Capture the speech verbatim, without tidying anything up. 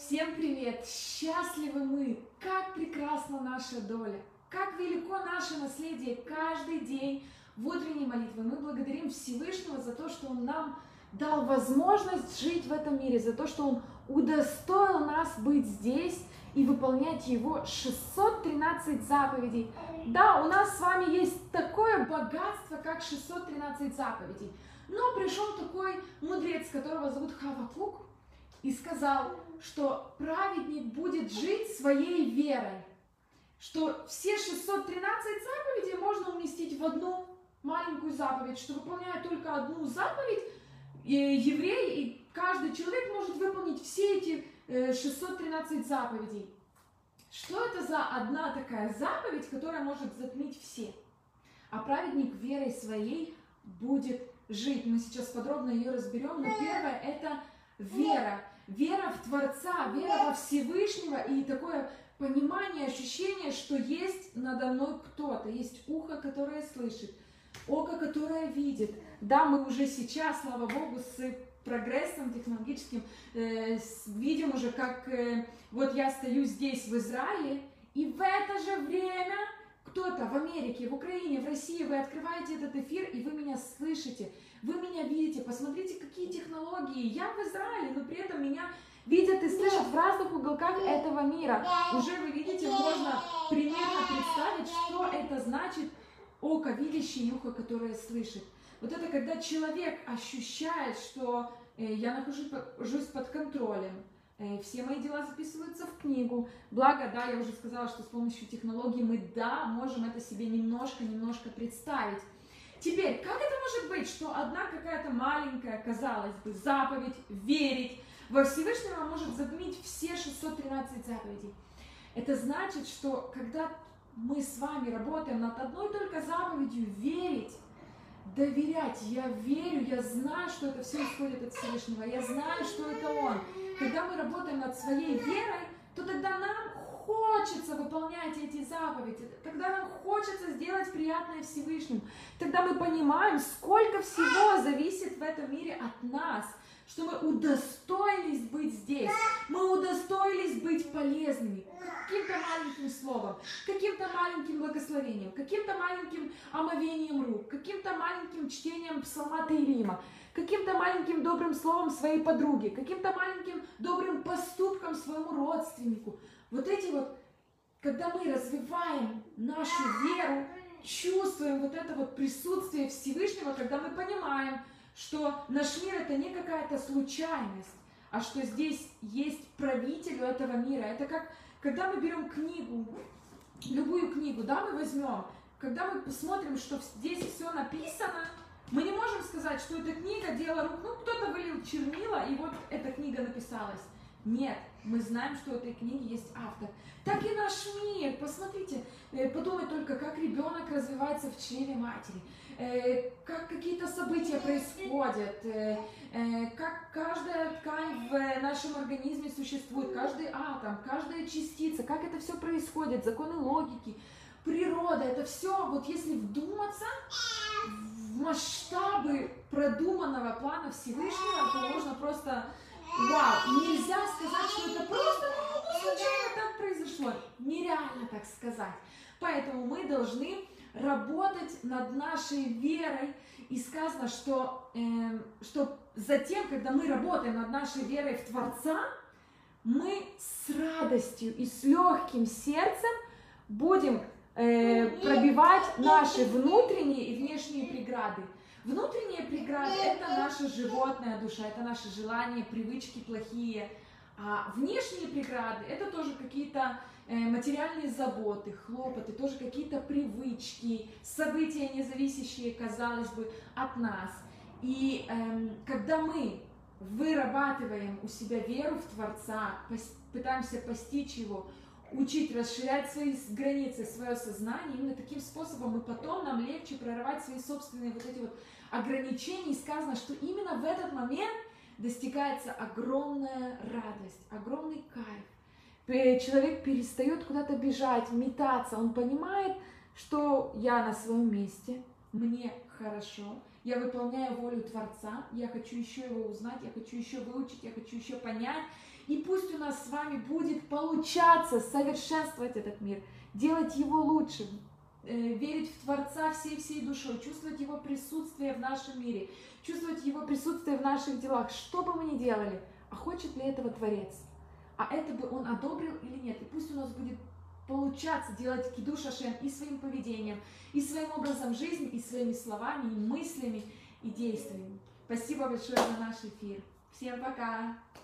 Всем привет! Счастливы мы! Как прекрасна наша доля! Как велико наше наследие! Каждый день в утренней молитве мы благодарим Всевышнего за то, что Он нам дал возможность жить в этом мире, за то, что Он удостоил нас быть здесь и выполнять Его шестьсот тринадцать заповедей. Да, у нас с вами есть такое богатство, как шестьсот тринадцать заповедей. Но пришел такой мудрец, которого зовут Хавакук, и сказал, что праведник будет жить своей верой, что все шестьсот тринадцать заповедей можно уместить в одну маленькую заповедь, что выполняя только одну заповедь, еврей и каждый человек может выполнить все эти шестьсот тринадцать заповедей. Что это за одна такая заповедь, которая может затмить все? А праведник верой своей будет жить. Мы сейчас подробно ее разберем, но первое это вера. Вера в Творца, вера во Всевышнего и такое понимание, ощущение, что есть надо мной кто-то. Есть ухо, которое слышит, око, которое видит. Да, мы уже сейчас, слава Богу, с прогрессом технологическим э, видим уже, как э, вот я стою здесь в Израиле, и в это же время кто-то в Америке, в Украине, в России, вы открываете этот эфир, и вы меня слышите, вы меня видите. Посмотрите, какие технологии. Я в Израиле, но при этом меня видят и слышат в разных уголках этого мира. Уже вы видите, можно примерно представить, что это значит око видящее и ухо, которое слышит. Вот это когда человек ощущает, что э, я нахожусь под контролем, э, все мои дела записываются в книгу. Благо, да, я уже сказала, что с помощью технологий мы, да, можем это себе немножко-немножко представить. Теперь, как это может быть, что одна какая-то маленькая, казалось бы, заповедь верить во Всевышнего может затмить все шестьсот тринадцать заповедей? Это значит, что когда мы с вами работаем над одной только заповедью верить, доверять, я верю, я знаю, что это все исходит от Всевышнего, я знаю, что это Он. Когда мы работаем над своей верой, то тогда нам хочется выполнять эти заповеди, тогда нам хочется сделать приятное Всевышнему, тогда мы понимаем, сколько всего зависит в этом мире от нас, что мы удостоились быть здесь, мы удостоились быть полезными каким-то маленьким словом, каким-то маленьким благословением, каким-то маленьким омовением рук, каким-то маленьким чтением псалма Теилима, каким-то маленьким добрым словом своей подруге, каким-то маленьким добрым поступком своему родственнику. Вот эти вот, когда мы развиваем нашу веру, чувствуем вот это вот присутствие Всевышнего, когда мы понимаем, что наш мир это не какая-то случайность, а что здесь есть правитель у этого мира. Это как, когда мы берем книгу, любую книгу, да, мы возьмем, когда мы посмотрим, что здесь все написано, мы не можем сказать, что эта книга дело рук, ну кто-то вылил чернила, и вот эта книга написалась. Нет, мы знаем, что у этой книги есть автор. Так и наш мир. Посмотрите, подумай только, как ребенок развивается в чреве матери, как какие-то события происходят, как каждая ткань в нашем организме существует, каждый атом, каждая частица, как это все происходит, законы логики, природа, это все, вот если вдуматься в масштабы продуманного плана Всевышнего, то можно просто... Вау! Нельзя сказать, что это просто ну, случайно так произошло. Нереально так сказать. Поэтому мы должны работать над нашей верой. И сказано, что, э, что затем, когда мы работаем над нашей верой в Творца, мы с радостью и с легким сердцем будем э, пробивать наши внутренние и внешние преграды. Внутренние преграды – это наша животная душа, это наши желания, привычки плохие. А внешние преграды – это тоже какие-то э, материальные заботы, хлопоты, тоже какие-то привычки, события, не зависящие, казалось бы, от нас. И э, когда мы вырабатываем у себя веру в Творца, пытаемся постичь Его, учить, расширять свои границы, свое сознание, именно таким способом мы потом нам легче прорывать свои собственные вот эти вот ограничения. И сказано, что именно в этот момент достигается огромная радость, огромный кайф. Человек перестает куда-то бежать, метаться, он понимает, что я на своем месте, мне хорошо, я выполняю волю Творца, я хочу еще его узнать, я хочу еще выучить, я хочу еще понять. И пусть у нас с вами будет получаться совершенствовать этот мир, делать его лучше, верить в Творца всей-всей душой, чувствовать Его присутствие в нашем мире, чувствовать Его присутствие в наших делах, что бы мы ни делали. А хочет ли этого Творец? А это бы Он одобрил или нет? И пусть у нас будет получаться делать кидуш Ашем и своим поведением, и своим образом жизни, и своими словами, и мыслями, и действиями. Спасибо большое за наш эфир. Всем пока!